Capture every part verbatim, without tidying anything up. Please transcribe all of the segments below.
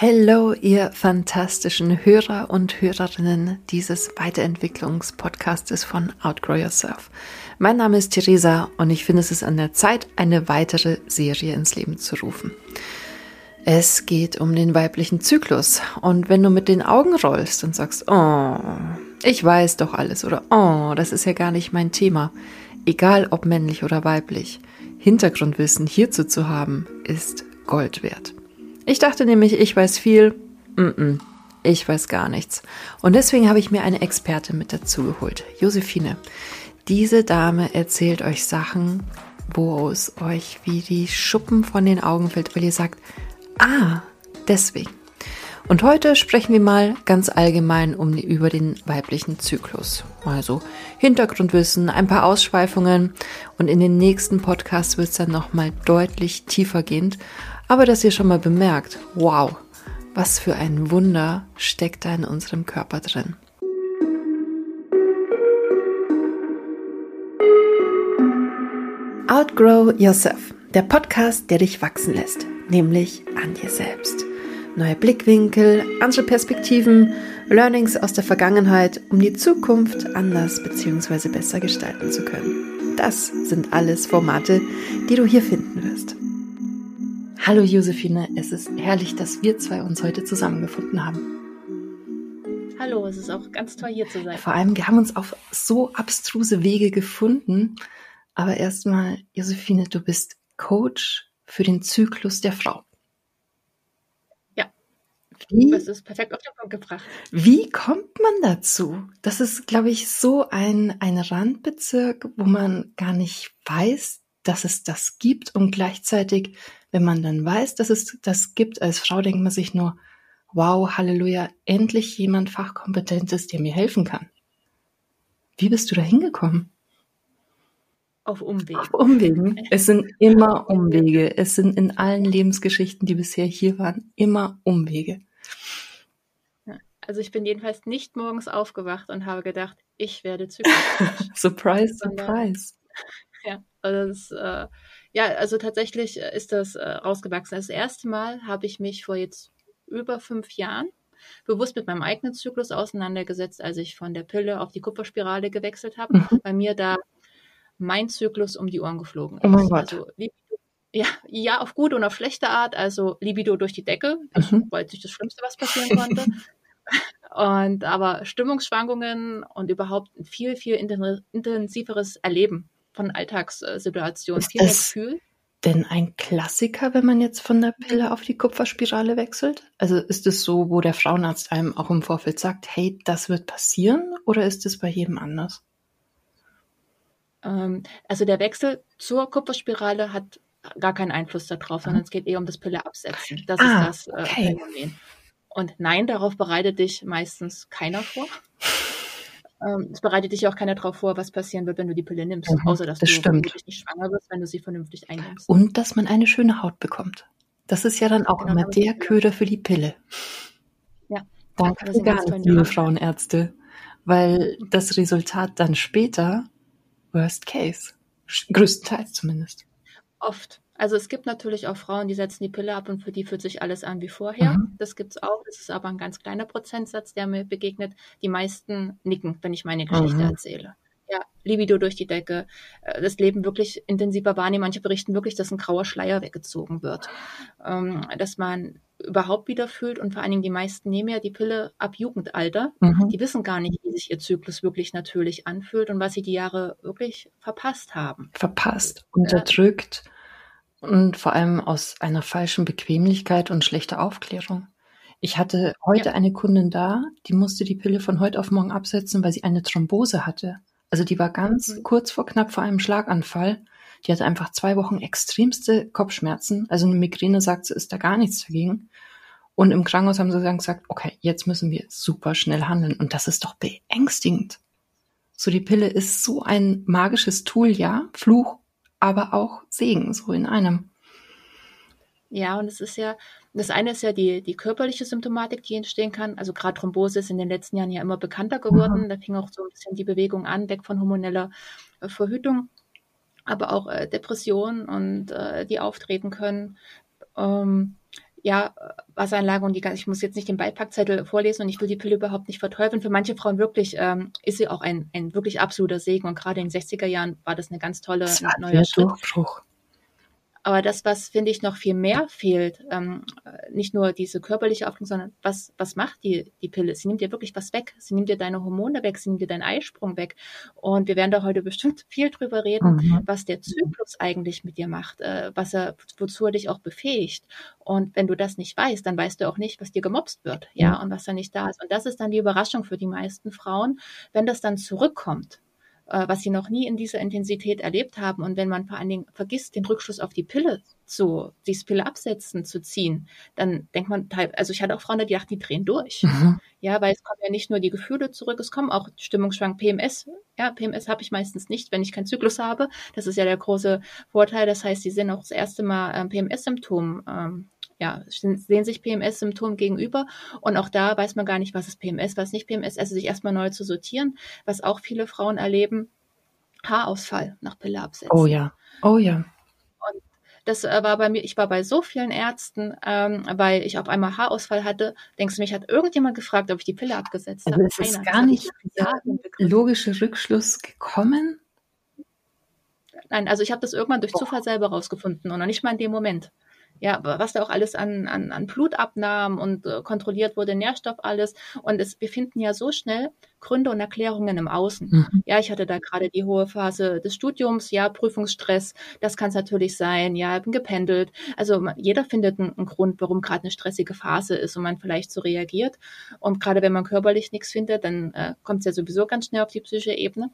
Hallo, ihr fantastischen Hörer und Hörerinnen dieses Weiterentwicklungspodcastes von Outgrow Yourself. Mein Name ist Theresa und ich finde, es ist an der Zeit, eine weitere Serie ins Leben zu rufen. Es geht um den weiblichen Zyklus und wenn du mit den Augen rollst und sagst, oh, ich weiß doch alles oder oh, das ist ja gar nicht mein Thema, egal ob männlich oder weiblich, Hintergrundwissen hierzu zu haben, ist Gold wert. Ich dachte nämlich, ich weiß viel. Mm-mm, ich weiß gar nichts. Und deswegen habe ich mir eine Expertin mit dazu geholt, Josephine. Diese Dame erzählt euch Sachen, wo es euch wie die Schuppen von den Augen fällt, weil ihr sagt, ah, deswegen. Und heute sprechen wir mal ganz allgemein um die, über den weiblichen Zyklus. Also Hintergrundwissen, ein paar Ausschweifungen und in den nächsten Podcasts wird es dann nochmal deutlich tiefergehend. Aber dass ihr schon mal bemerkt, wow, was für ein Wunder steckt da in unserem Körper drin. Outgrow Yourself, der Podcast, der dich wachsen lässt, nämlich an dir selbst. Neue Blickwinkel, andere Perspektiven, Learnings aus der Vergangenheit, um die Zukunft anders bzw. besser gestalten zu können. Das sind alles Formate, die du hier finden wirst. Hallo Josephine, es ist herrlich, dass wir zwei uns heute zusammengefunden haben. Hallo, es ist auch ganz toll, hier zu sein. Vor allem, wir haben uns auf so abstruse Wege gefunden. Aber erstmal, Josephine, du bist Coach für den Zyklus der Frau. Ja, wie, das ist perfekt auf den Punkt gebracht. Wie kommt man dazu? Das ist, glaube ich, so ein, ein Randbezirk, wo man gar nicht weiß, dass es das gibt und gleichzeitig, wenn man dann weiß, dass es das gibt, als Frau denkt man sich nur, wow, Halleluja, endlich jemand Fachkompetentes, der mir helfen kann. Wie bist du da hingekommen? Auf Umwegen. Auf Umwegen. Es sind immer Umwege. Es sind in allen Lebensgeschichten, die bisher hier waren, immer Umwege. Also ich bin jedenfalls nicht morgens aufgewacht und habe gedacht, ich werde Zyklus. Surprise, surprise. Ja, also das, äh, ja, also tatsächlich ist das äh, rausgewachsen. Das erste Mal habe ich mich vor jetzt über fünf Jahren bewusst mit meinem eigenen Zyklus auseinandergesetzt, als ich von der Pille auf die Kupferspirale gewechselt habe. Mhm. Bei mir da mein Zyklus um die Ohren geflogen ist. Oh mein Gott. Also, ja, ja, auf gute und auf schlechte Art. Also Libido durch die Decke. Das Mhm. war jetzt nicht das Schlimmste, was passieren konnte. Und aber Stimmungsschwankungen und überhaupt ein viel, viel intensiveres Erleben von Alltagssituationen, viel mehr Gefühl. Denn ein Klassiker, wenn man jetzt von der Pille auf die Kupferspirale wechselt? Also ist es so, wo der Frauenarzt einem auch im Vorfeld sagt, hey, das wird passieren? Oder ist es bei jedem anders? Ähm, also der Wechsel zur Kupferspirale hat gar keinen Einfluss darauf, mhm. sondern es geht eher um das Pille absetzen. Das ah, ist das äh, okay. Phänomen. Und nein, darauf bereitet dich meistens keiner vor. Ähm, es bereitet dich auch keiner darauf vor, was passieren wird, wenn du die Pille nimmst. Mhm, außer, dass das du stimmt. vermutlich nicht schwanger wirst, wenn du sie vernünftig einnimmst. Und dass man eine schöne Haut bekommt. Das ist ja dann auch genau, immer der Köder für die Pille. Ja. Danke für gar nicht, liebe Frauenärzte. Weil das Resultat dann später, worst case, größtenteils zumindest. Oft. Also es gibt natürlich auch Frauen, die setzen die Pille ab und für die fühlt sich alles an wie vorher. Mhm. Das gibt's auch. Das ist aber ein ganz kleiner Prozentsatz, der mir begegnet. Die meisten nicken, wenn ich meine Geschichte mhm. erzähle. Ja, Libido durch die Decke, das Leben wirklich intensiver wahrnehmen. Manche berichten wirklich, dass ein grauer Schleier weggezogen wird. Dass man überhaupt wieder fühlt und vor allen Dingen die meisten nehmen ja die Pille ab Jugendalter. Mhm. Die wissen gar nicht, wie sich ihr Zyklus wirklich natürlich anfühlt und was sie die Jahre wirklich verpasst haben. Verpasst, unterdrückt. Und vor allem aus einer falschen Bequemlichkeit und schlechter Aufklärung. Ich hatte heute ja. eine Kundin da, die musste die Pille von heute auf morgen absetzen, weil sie eine Thrombose hatte. Also die war ganz mhm. kurz vor knapp vor einem Schlaganfall. Die hatte einfach zwei Wochen extremste Kopfschmerzen. Also eine Migräne, sagt sie, ist da gar nichts dagegen. Und im Krankenhaus haben sie dann gesagt, okay, jetzt müssen wir super schnell handeln. Und das ist doch beängstigend. So, die Pille ist so ein magisches Tool, ja, Fluch, aber auch Segen, so in einem. Ja, und es ist ja, das eine ist ja die, die körperliche Symptomatik, die entstehen kann. Also gerade Thrombose ist in den letzten Jahren ja immer bekannter geworden. Mhm. Da fing auch so ein bisschen die Bewegung an, weg von hormoneller äh, Verhütung, aber auch äh, Depressionen und äh, die auftreten können. Ähm, ja, Wasseranlage und die ganze, ich muss jetzt nicht den Beipackzettel vorlesen und ich will die Pille überhaupt nicht verteufeln. Für manche Frauen wirklich ähm, ist sie auch ein, ein wirklich absoluter Segen und gerade in den sechziger Jahren war das eine ganz tolle Das war neuer der Schritt. Durchbruch. Aber das, was, finde ich, noch viel mehr fehlt, ähm, nicht nur diese körperliche Aufklärung, sondern was, was macht die, die Pille? Sie nimmt dir wirklich was weg. Sie nimmt dir deine Hormone weg, sie nimmt dir deinen Eisprung weg. Und wir werden da heute bestimmt viel drüber reden, Mhm. was der Zyklus eigentlich mit dir macht, äh, was er, wozu er dich auch befähigt. Und wenn du das nicht weißt, dann weißt du auch nicht, was dir gemobst wird, ja, und was da nicht da ist. Und das ist dann die Überraschung für die meisten Frauen, wenn das dann zurückkommt, was sie noch nie in dieser Intensität erlebt haben. Und wenn man vor allen Dingen vergisst, den Rückschluss auf die Pille zu, diese Pille absetzen zu ziehen, dann denkt man, also ich hatte auch Frauen, die dachten, die drehen durch. Mhm. Ja, weil es kommen ja nicht nur die Gefühle zurück, es kommen auch Stimmungsschwank, P M S. Ja, P M S habe ich meistens nicht, wenn ich keinen Zyklus habe. Das ist ja der große Vorteil. Das heißt, sie sind auch das erste Mal ähm, P M S-Symptom, ähm, ja, sehen sich P M S-Symptomen gegenüber und auch da weiß man gar nicht, was ist P M S, was nicht P M S, also sich erstmal neu zu sortieren, was auch viele Frauen erleben, Haarausfall nach Pille absetzen. Oh ja, oh ja. Und das war bei mir, ich war bei so vielen Ärzten, ähm, weil ich auf einmal Haarausfall hatte. Denkst du, mich hat irgendjemand gefragt, ob ich die Pille abgesetzt also habe? es ist Keiner. gar nicht dieser logische Rückschluss gekommen? Nein, also ich habe das irgendwann durch Zufall selber rausgefunden und noch nicht mal in dem Moment. Ja, was da auch alles an, an, an Blutabnahmen und äh, kontrolliert wurde, Nährstoff alles. Und es, wir finden ja so schnell Gründe und Erklärungen im Außen. Mhm. Ja, ich hatte da gerade die hohe Phase des Studiums, ja, Prüfungsstress, das kann es natürlich sein, ja, bin gependelt. Also man, jeder findet einen, einen Grund, warum gerade eine stressige Phase ist und man vielleicht so reagiert. Und gerade wenn man körperlich nichts findet, dann äh, kommt es ja sowieso ganz schnell auf die psychische Ebene.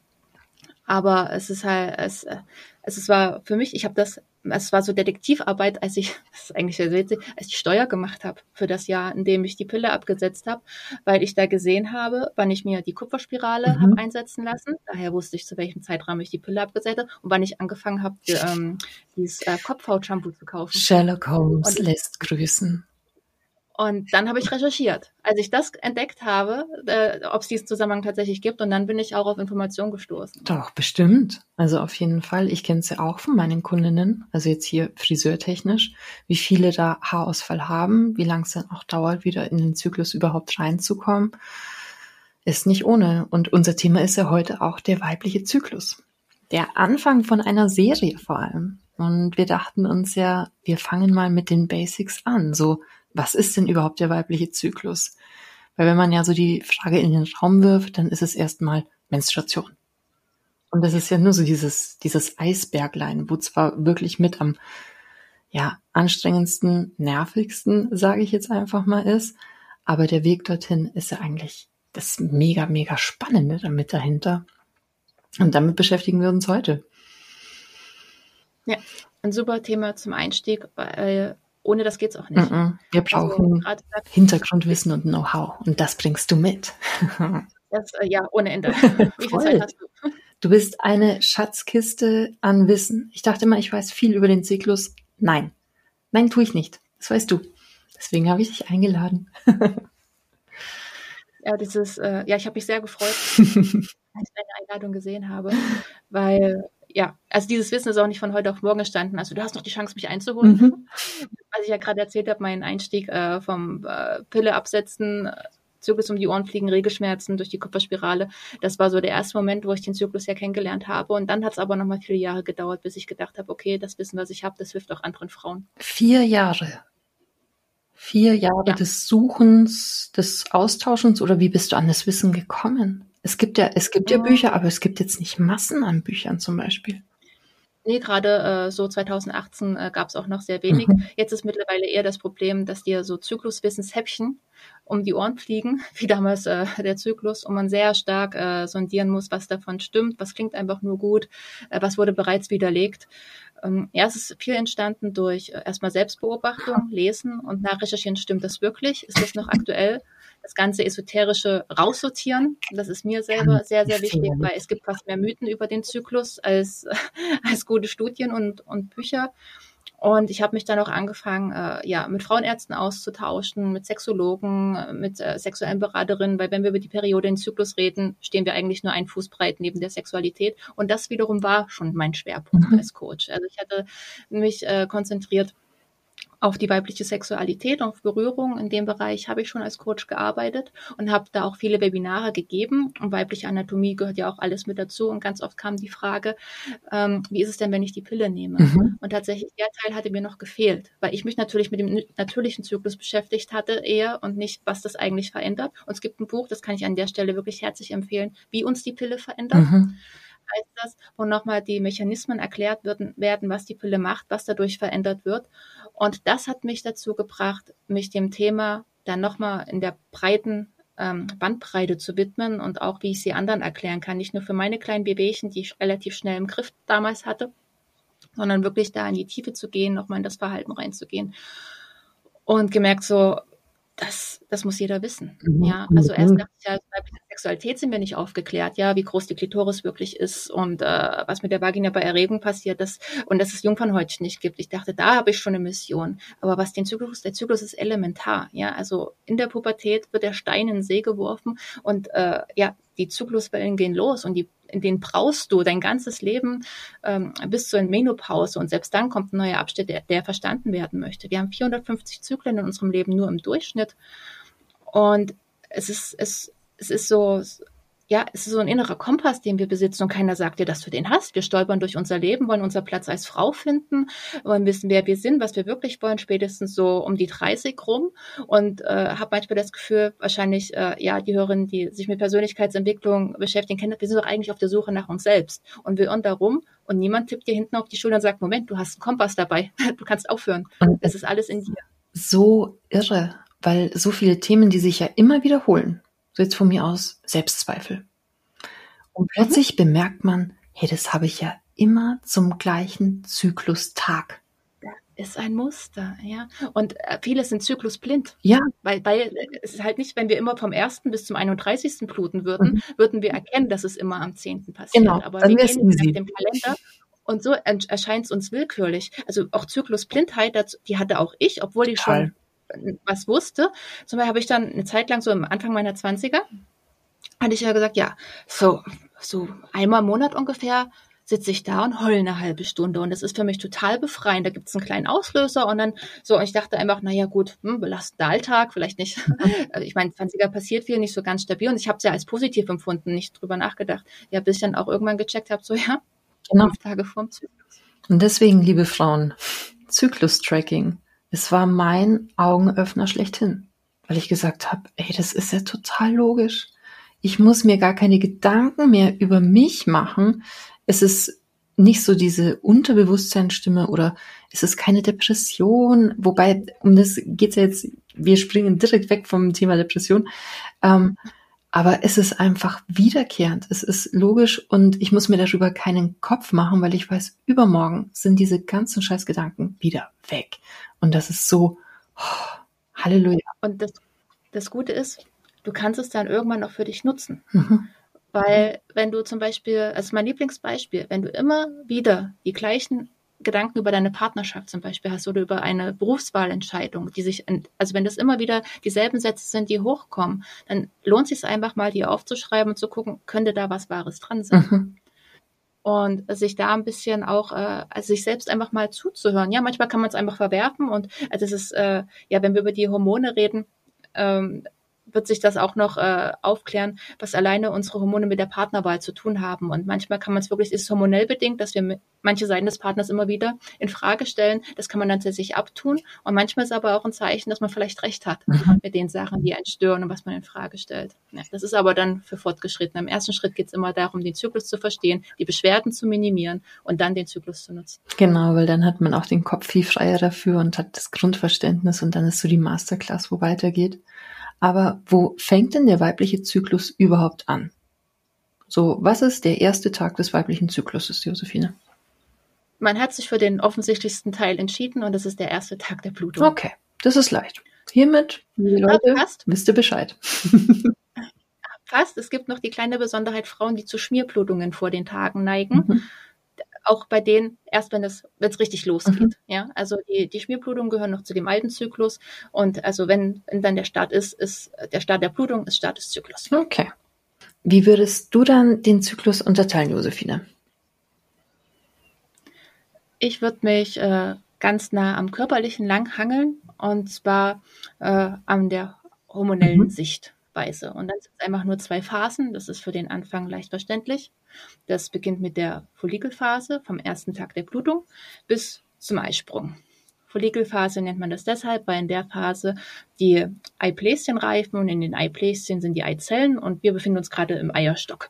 Aber es ist halt, es, es war für mich, ich habe das, es war so Detektivarbeit, als ich, das ist eigentlich sehr witzig, als ich Steuer gemacht habe für das Jahr, in dem ich die Pille abgesetzt habe, weil ich da gesehen habe, wann ich mir die Kupferspirale Mhm. habe einsetzen lassen. Daher wusste ich, zu welchem Zeitraum ich die Pille abgesetzt habe und wann ich angefangen habe, die, ähm, dieses äh, Kopfhautshampoo zu kaufen. Sherlock Holmes Und lässt grüßen. Und dann habe ich recherchiert, als ich das entdeckt habe, äh, ob es diesen Zusammenhang tatsächlich gibt. Und dann bin ich auch auf Informationen gestoßen. Doch, bestimmt. Also auf jeden Fall. Ich kenne es ja auch von meinen Kundinnen, also jetzt hier friseurtechnisch, wie viele da Haarausfall haben, wie lange es dann auch dauert, wieder in den Zyklus überhaupt reinzukommen. Ist nicht ohne. Und unser Thema ist ja heute auch der weibliche Zyklus. Der Anfang von einer Serie vor allem. Und wir dachten uns ja, wir fangen mal mit den Basics an. So, was ist denn überhaupt der weibliche Zyklus? Weil wenn man ja so die Frage in den Raum wirft, dann ist es erstmal Menstruation. Und das ist ja nur so dieses, dieses Eisberglein, wo zwar wirklich mit am, ja, anstrengendsten, nervigsten, sage ich jetzt einfach mal, ist, aber der Weg dorthin ist ja eigentlich das mega, mega Spannende damit dahinter. Und damit beschäftigen wir uns heute. Ja, ein super Thema zum Einstieg, weil ohne das geht's auch nicht. Mm-mm. Wir brauchen also, Hintergrundwissen und Know-how und das bringst du mit. Das, äh, ja, ohne Ende. Wie viel Zeit hast du? Du bist eine Schatzkiste an Wissen. Ich dachte immer, ich weiß viel über den Zyklus. Nein, nein, tue ich nicht. Das weißt du. Deswegen habe ich dich eingeladen. Ja, dieses, äh, ja, ich habe mich sehr gefreut, als ich deine Einladung gesehen habe, weil ja, also dieses Wissen ist auch nicht von heute auf morgen entstanden. Also du hast noch die Chance, mich einzuholen. Mhm. Was ich ja gerade erzählt habe, mein Einstieg äh, vom äh, Pille absetzen, Zyklus um die Ohren fliegen, Regelschmerzen durch die Kupferspirale. Das war so der erste Moment, wo ich den Zyklus ja kennengelernt habe. Und dann hat es aber nochmal viele Jahre gedauert, bis ich gedacht habe, okay, das Wissen, was ich habe, das hilft auch anderen Frauen. Vier Jahre. Vier Jahre ja. des Suchens, des Austauschens, oder wie bist du an das Wissen gekommen? Es gibt ja, es gibt ja Bücher, aber es gibt jetzt nicht Massen an Büchern zum Beispiel. Nee, gerade äh, so zweitausendachtzehn äh, gab es auch noch sehr wenig. Mhm. Jetzt ist mittlerweile eher das Problem, dass dir so Zykluswissenshäppchen um die Ohren fliegen, wie damals äh, der Zyklus, und man sehr stark äh, sondieren muss, was davon stimmt, was klingt einfach nur gut, äh, was wurde bereits widerlegt. Ähm, ja, es ist viel entstanden durch äh, erstmal Selbstbeobachtung, Lesen und nachrecherchieren, stimmt das wirklich? Ist das noch aktuell? Das ganze Esoterische raussortieren, das ist mir selber sehr, sehr wichtig, weil es gibt fast mehr Mythen über den Zyklus als, als gute Studien und, und Bücher. Und ich habe mich dann auch angefangen, äh, ja, mit Frauenärzten auszutauschen, mit Sexologen, mit äh, sexuellen Beraterinnen, weil wenn wir über die Periode, den Zyklus reden, stehen wir eigentlich nur einen Fuß breit neben der Sexualität. Und das wiederum war schon mein Schwerpunkt mhm. als Coach. Also ich hatte mich äh, konzentriert auf die weibliche Sexualität, auf Berührung. In dem Bereich habe ich schon als Coach gearbeitet und habe da auch viele Webinare gegeben. Und weibliche Anatomie gehört ja auch alles mit dazu. Und ganz oft kam die Frage, ähm, wie ist es denn, wenn ich die Pille nehme? Mhm. Und tatsächlich, der Teil hatte mir noch gefehlt, weil ich mich natürlich mit dem natürlichen Zyklus beschäftigt hatte eher und nicht, was das eigentlich verändert. Und es gibt ein Buch, das kann ich an der Stelle wirklich herzlich empfehlen, wie uns die Pille verändert. Mhm. Heißt das, wo nochmal die Mechanismen erklärt werden, werden, was die Pille macht, was dadurch verändert wird. Und das hat mich dazu gebracht, mich dem Thema dann nochmal in der breiten ähm, Bandbreite zu widmen und auch, wie ich sie anderen erklären kann. Nicht nur für meine kleinen Babächen, die ich relativ schnell im Griff damals hatte, sondern wirklich da in die Tiefe zu gehen, nochmal in das Verhalten reinzugehen. Und gemerkt so, Das, das muss jeder wissen. Mhm. Ja, also erst dachte ich ja, bei Sexualität sind wir nicht aufgeklärt, ja, wie groß die Klitoris wirklich ist und äh, was mit der Vagina bei Erregung passiert, das, und dass es Jungfernhäutchen nicht gibt. Ich dachte, da habe ich schon eine Mission. Aber was den Zyklus, der Zyklus ist elementar, ja, also in der Pubertät wird der Stein in den See geworfen und äh, ja, die Zykluswellen gehen los und die, in denen brauchst du dein ganzes Leben ähm, bis zur Menopause und selbst dann kommt ein neuer Abschnitt, der, der verstanden werden möchte. Wir haben vierhundertfünfzig Zyklen in unserem Leben nur im Durchschnitt und es ist, es, es ist so, ja, es ist so ein innerer Kompass, den wir besitzen und keiner sagt dir, dass du den hast. Wir stolpern durch unser Leben, wollen unseren Platz als Frau finden, wollen wissen, wer wir sind, was wir wirklich wollen, spätestens so um die dreißig rum und äh, habe manchmal das Gefühl, wahrscheinlich, äh, ja, die Hörerinnen, die sich mit Persönlichkeitsentwicklung beschäftigen, kennen, wir sind doch eigentlich auf der Suche nach uns selbst und wir irren da rum und niemand tippt dir hinten auf die Schulter und sagt, Moment, du hast einen Kompass dabei, du kannst aufhören. Das ist alles in dir. So irre, weil so viele Themen, die sich ja immer wiederholen, so jetzt von mir aus Selbstzweifel. Und plötzlich mhm. bemerkt man, hey, das habe ich ja immer zum gleichen Zyklustag. Ist ein Muster, ja. Und äh, viele sind zyklusblind. Ja. Weil, weil es ist halt nicht, wenn wir immer vom ersten bis zum einunddreißigsten bluten würden, mhm. würden wir erkennen, dass es immer am zehnten passiert. Genau. Aber wir gehen nicht nach dem Kalender. Und so erscheint es uns willkürlich. Also auch Zyklusblindheit, die hatte auch ich, obwohl ich Total. schon was wusste. Zum Beispiel habe ich dann eine Zeit lang, so am Anfang meiner zwanziger, hatte ich ja gesagt, ja, so, so einmal im Monat ungefähr sitze ich da und heule eine halbe Stunde. Und das ist für mich total befreiend. Da gibt es einen kleinen Auslöser und dann so, und ich dachte einfach, naja gut, hm, belastender Alltag, vielleicht nicht. Also ich meine, zwanziger passiert viel, nicht so ganz stabil. Und ich habe es ja als positiv empfunden, nicht drüber nachgedacht. Ja, bis ich dann auch irgendwann gecheckt habe, so ja, genau. fünf Tage vorm Zyklus. Und deswegen, liebe Frauen, Zyklus-Tracking, es war mein Augenöffner schlechthin. Weil ich gesagt habe, ey, das ist ja total logisch. Ich muss mir gar keine Gedanken mehr über mich machen. Es ist nicht so diese Unterbewusstseinsstimme oder es ist keine Depression. Wobei, um das geht's ja jetzt, wir springen direkt weg vom Thema Depression. Ähm, aber es ist einfach wiederkehrend. Es ist logisch und ich muss mir darüber keinen Kopf machen, weil ich weiß, übermorgen sind diese ganzen Scheißgedanken wieder weg. Und das ist so, oh, Halleluja. Und das, das Gute ist, du kannst es dann irgendwann auch für dich nutzen. Mhm. Weil wenn du zum Beispiel, also mein Lieblingsbeispiel, wenn du immer wieder die gleichen Gedanken über deine Partnerschaft zum Beispiel hast oder über eine Berufswahlentscheidung, die sich, also wenn das immer wieder dieselben Sätze sind, die hochkommen, dann lohnt es sich einfach mal, die aufzuschreiben und zu gucken, könnte da was Wahres dran sein. Mhm. Und sich da ein bisschen auch, äh, also sich selbst einfach mal zuzuhören. Ja, manchmal kann man es einfach verwerfen und also es ist, äh, ja, wenn wir über die Hormone reden, ähm, wird sich das auch noch äh, aufklären, was alleine unsere Hormone mit der Partnerwahl zu tun haben. Und manchmal kann man es wirklich, ist es hormonell bedingt, dass wir mit, manche Seiten des Partners immer wieder in Frage stellen. Das kann man dann tatsächlich abtun. Und manchmal ist aber auch ein Zeichen, dass man vielleicht recht hat mhm. mit den Sachen, die einen stören und was man in Frage stellt. Ja, das ist aber dann für Fortgeschrittene. Im ersten Schritt geht es immer darum, den Zyklus zu verstehen, die Beschwerden zu minimieren und dann den Zyklus zu nutzen. Genau, weil dann hat man auch den Kopf viel freier dafür und hat das Grundverständnis und dann ist so die Masterclass, wo weitergeht. Aber wo fängt denn der weibliche Zyklus überhaupt an? So, was ist der erste Tag des weiblichen Zykluses, Josephine? Man hat sich für den offensichtlichsten Teil entschieden und das ist der erste Tag der Blutung. Okay, das ist leicht. Hiermit, liebe Leute, ja, wisst ihr Bescheid. Fast. Es gibt noch die kleine Besonderheit, Frauen, die zu Schmierblutungen vor den Tagen neigen. Mhm. Auch bei denen erst, wenn es wenn es richtig losgeht. Mhm. Ja, also die, die Schmierblutungen gehören noch zu dem alten Zyklus. Und also wenn, wenn dann der Start ist, ist der Start der Blutung, ist Start des Zyklus. Okay. Wie würdest du dann den Zyklus unterteilen, Josephine? Ich würde mich äh, ganz nah am Körperlichen langhangeln, und zwar äh, an der hormonellen mhm. Sichtweise. Und dann sind es einfach nur zwei Phasen, das ist für den Anfang leicht verständlich. Das beginnt mit der Follikelphase vom ersten Tag der Blutung bis zum Eisprung. Follikelphase nennt man das deshalb, weil in der Phase die Eibläschen reifen und in den Eibläschen sind die Eizellen und wir befinden uns gerade im Eierstock.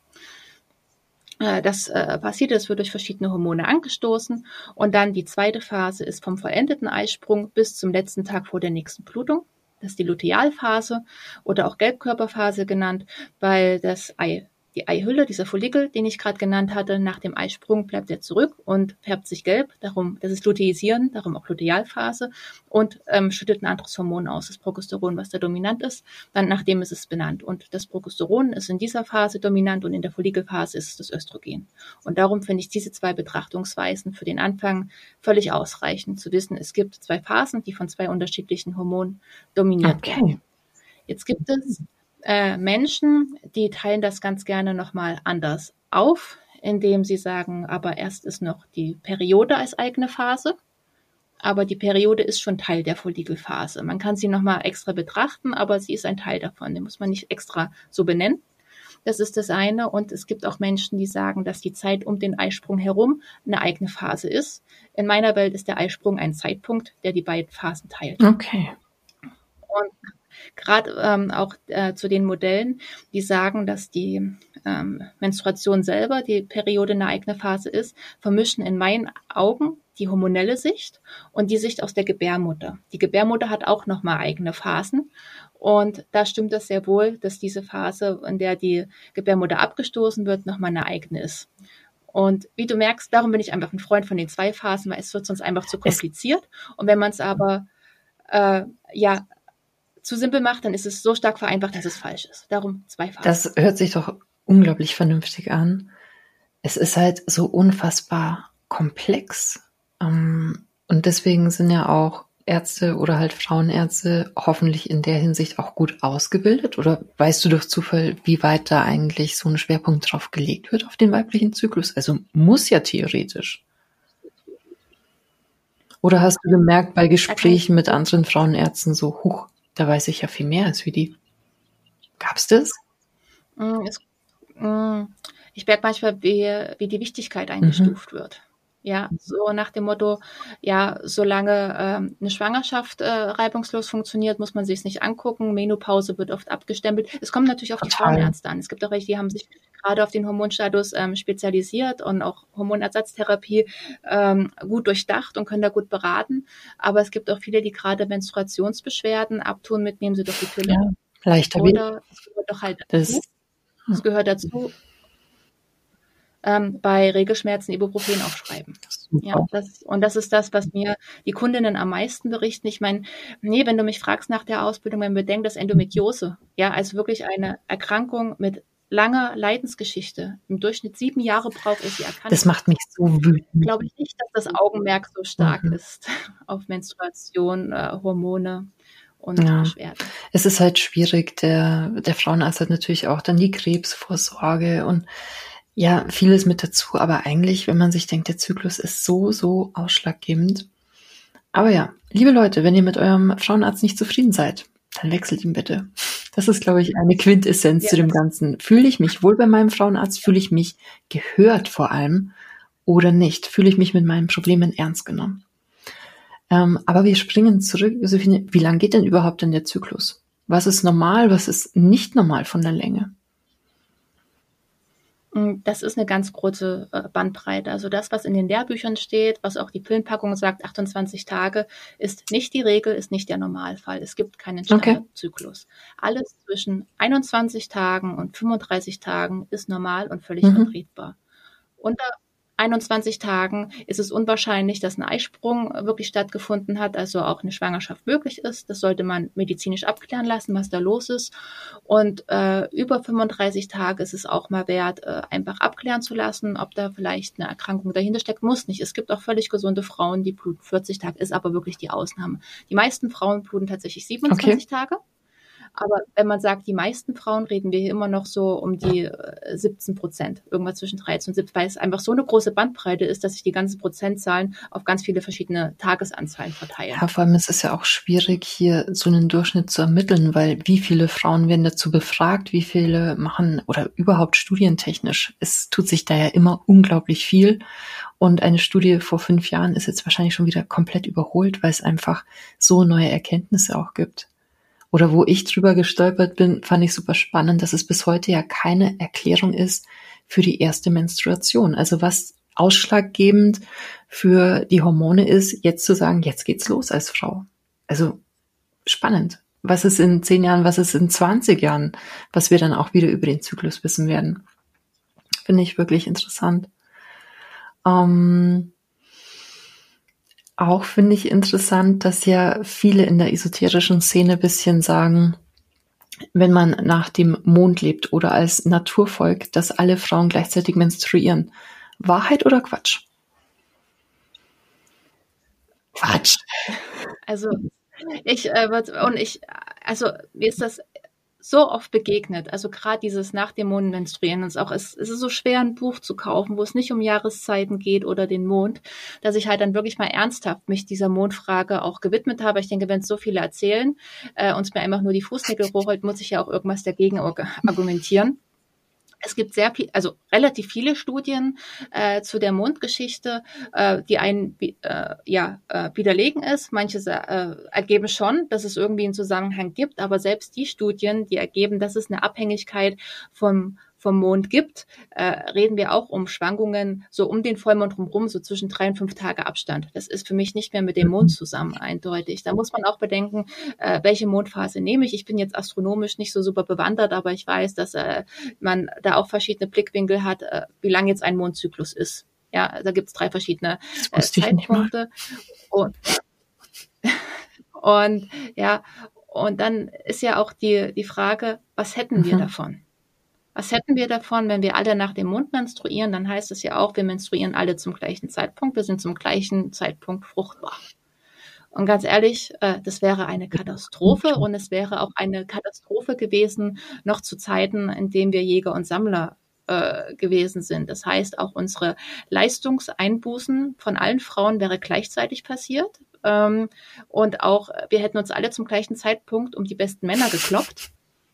Das äh, passiert, das wird durch verschiedene Hormone angestoßen, und dann die zweite Phase ist vom vollendeten Eisprung bis zum letzten Tag vor der nächsten Blutung. Das ist die Lutealphase oder auch Gelbkörperphase genannt, weil das Ei, die Eihülle, dieser Follikel, den ich gerade genannt hatte, nach dem Eisprung bleibt er zurück und färbt sich gelb. Darum, das ist Luteisieren, darum auch Lutealphase, und ähm, schüttet ein anderes Hormon aus, das Progesteron, was da dominant ist. Dann nachdem ist es benannt. Und das Progesteron ist in dieser Phase dominant und in der Follikelphase ist es das Östrogen. Und darum finde ich diese zwei Betrachtungsweisen für den Anfang völlig ausreichend, zu wissen, es gibt zwei Phasen, die von zwei unterschiedlichen Hormonen dominiert okay. werden. Jetzt gibt es Äh, Menschen, die teilen das ganz gerne nochmal anders auf, indem sie sagen, aber erst ist noch die Periode als eigene Phase, aber die Periode ist schon Teil der Follikelphase. Man kann sie nochmal extra betrachten, aber sie ist ein Teil davon, den muss man nicht extra so benennen. Das ist das eine, und es gibt auch Menschen, die sagen, dass die Zeit um den Eisprung herum eine eigene Phase ist. In meiner Welt ist der Eisprung ein Zeitpunkt, der die beiden Phasen teilt. Okay. Und gerade ähm, auch äh, zu den Modellen, die sagen, dass die ähm, Menstruation selber, die Periode, eine eigene Phase ist, vermischen in meinen Augen die hormonelle Sicht und die Sicht aus der Gebärmutter. Die Gebärmutter hat auch nochmal eigene Phasen, und da stimmt es sehr wohl, dass diese Phase, in der die Gebärmutter abgestoßen wird, nochmal eine eigene ist. Und wie du merkst, darum bin ich einfach ein Freund von den zwei Phasen, weil es wird sonst einfach zu kompliziert. Und wenn man es aber äh, ja zu simpel macht, dann ist es so stark vereinfacht, dass es falsch ist. Darum zwei Phasen. Das hört sich doch unglaublich vernünftig an. Es ist halt so unfassbar komplex. Und deswegen sind ja auch Ärzte oder halt Frauenärzte hoffentlich in der Hinsicht auch gut ausgebildet. Oder weißt du durch Zufall, wie weit da eigentlich so ein Schwerpunkt drauf gelegt wird auf den weiblichen Zyklus? Also muss ja theoretisch. Oder hast du gemerkt bei Gesprächen mit anderen Frauenärzten so, huch, da weiß ich ja viel mehr als wie die. Gab's das? Es, ich merke manchmal, wie, wie die Wichtigkeit eingestuft mhm. wird. Ja, so nach dem Motto, ja, solange ähm, eine Schwangerschaft äh, reibungslos funktioniert, muss man sich es nicht angucken. Menopause wird oft abgestempelt. Es kommt natürlich auf Total. die Frauenärzte an. Es gibt auch welche, die haben sich gerade auf den Hormonstatus ähm, spezialisiert und auch Hormonersatztherapie ähm, gut durchdacht und können da gut beraten. Aber es gibt auch viele, die gerade Menstruationsbeschwerden abtun, mitnehmen sie doch die Pille. Ja, leichter Oder es gehört doch halt dazu. Es gehört dazu. Ähm, bei Regelschmerzen Ibuprofen aufschreiben. Ja, das, und das ist das, was mir die Kundinnen am meisten berichten. Ich meine, nee, wenn du mich fragst nach der Ausbildung, wenn wir denken, das Endometriose, ja, also wirklich eine Erkrankung mit langer Leidensgeschichte. Im Durchschnitt sieben Jahre braucht es sie erkannt. Das macht mich so wütend. Glaube ich nicht, dass das Augenmerk so stark mhm. ist auf Menstruation, äh, Hormone und ja. Beschwerden. Es ist halt schwierig. Der, der Frauenarzt hat natürlich auch dann die Krebsvorsorge und ja, vieles mit dazu, aber eigentlich, wenn man sich denkt, der Zyklus ist so, so ausschlaggebend. Aber ja, liebe Leute, wenn ihr mit eurem Frauenarzt nicht zufrieden seid, dann wechselt ihn bitte. Das ist, glaube ich, eine Quintessenz ja, zu dem Ganzen. Fühle ich mich wohl bei meinem Frauenarzt? Fühle ich mich gehört vor allem oder nicht? Fühle ich mich mit meinen Problemen ernst genommen? Ähm, aber wir springen zurück. Josephine, wie lang geht denn überhaupt denn der Zyklus? Was ist normal, was ist nicht normal von der Länge? Das ist eine ganz große Bandbreite. Also das, was in den Lehrbüchern steht, was auch die Pillenpackung sagt, achtundzwanzig Tage, ist nicht die Regel, ist nicht der Normalfall. Es gibt keinen Standardzyklus. Okay. Alles zwischen einundzwanzig Tagen und fünfunddreißig Tagen ist normal und völlig mhm. vertretbar. Unter einundzwanzig Tagen ist es unwahrscheinlich, dass ein Eisprung wirklich stattgefunden hat, also auch eine Schwangerschaft möglich ist. Das sollte man medizinisch abklären lassen, was da los ist. Und äh, über fünfunddreißig Tage ist es auch mal wert, äh, einfach abklären zu lassen, ob da vielleicht eine Erkrankung dahinter steckt. Muss nicht. Es gibt auch völlig gesunde Frauen, die bluten vierzig Tage, ist aber wirklich die Ausnahme. Die meisten Frauen bluten tatsächlich siebenundzwanzig okay. Tage. Aber wenn man sagt, die meisten Frauen, reden wir hier immer noch so um die äh, siebzehn Prozent, irgendwas zwischen dreizehn und siebzehn, weil es einfach so eine große Bandbreite ist, dass sich die ganzen Prozentzahlen auf ganz viele verschiedene Tagesanzahlen verteilen. Ja, vor allem ist es ja auch schwierig, hier so einen Durchschnitt zu ermitteln, weil wie viele Frauen werden dazu befragt, wie viele machen oder überhaupt studientechnisch. Es tut sich da ja immer unglaublich viel. Und eine Studie vor fünf Jahren ist jetzt wahrscheinlich schon wieder komplett überholt, weil es einfach so neue Erkenntnisse auch gibt. Oder wo ich drüber gestolpert bin, fand ich super spannend, dass es bis heute ja keine Erklärung ist für die erste Menstruation. Also was ausschlaggebend für die Hormone ist, jetzt zu sagen, jetzt geht's los als Frau. Also spannend. Was ist in zehn Jahren, was ist in zwanzig Jahren, was wir dann auch wieder über den Zyklus wissen werden. Finde ich wirklich interessant. Ähm, Auch finde ich interessant, dass ja viele in der esoterischen Szene ein bisschen sagen, wenn man nach dem Mond lebt oder als Naturvolk, dass alle Frauen gleichzeitig menstruieren. Wahrheit oder Quatsch? Quatsch. Also ich äh, und ich, also mir ist das so oft begegnet, also gerade dieses nach dem Mond menstruieren, und es auch es, es ist so schwer, ein Buch zu kaufen, wo es nicht um Jahreszeiten geht oder den Mond, dass ich halt dann wirklich mal ernsthaft mich dieser Mondfrage auch gewidmet habe. Ich denke, wenn es so viele erzählen äh, und es mir einfach nur die Fußnägel hochholt, muss ich ja auch irgendwas dagegen argumentieren. Es gibt sehr viel, also relativ viele Studien äh, zu der Mondgeschichte, äh, die einen äh, ja äh, widerlegen ist. Manche äh, ergeben schon, dass es irgendwie einen Zusammenhang gibt, aber selbst die Studien, die ergeben, dass es eine Abhängigkeit vom vom Mond gibt, äh, reden wir auch um Schwankungen so um den Vollmond drumherum, so zwischen drei und fünf Tage Abstand. Das ist für mich nicht mehr mit dem Mond zusammen eindeutig. Da muss man auch bedenken, äh, welche Mondphase nehme ich. Ich bin jetzt astronomisch nicht so super bewandert, aber ich weiß, dass äh, man da auch verschiedene Blickwinkel hat, äh, wie lang jetzt ein Mondzyklus ist. Ja, da gibt es drei verschiedene äh, Zeitpunkte. Und, und ja, und dann ist ja auch die, die Frage, was hätten wir mhm. davon? Was hätten wir davon, wenn wir alle nach dem Mond menstruieren? Dann heißt es ja auch, wir menstruieren alle zum gleichen Zeitpunkt. Wir sind zum gleichen Zeitpunkt fruchtbar. Und ganz ehrlich, äh, das wäre eine Katastrophe. Und es wäre auch eine Katastrophe gewesen, noch zu Zeiten, in denen wir Jäger und Sammler äh, gewesen sind. Das heißt, auch unsere Leistungseinbußen von allen Frauen wäre gleichzeitig passiert. Ähm, und auch, wir hätten uns alle zum gleichen Zeitpunkt um die besten Männer gekloppt,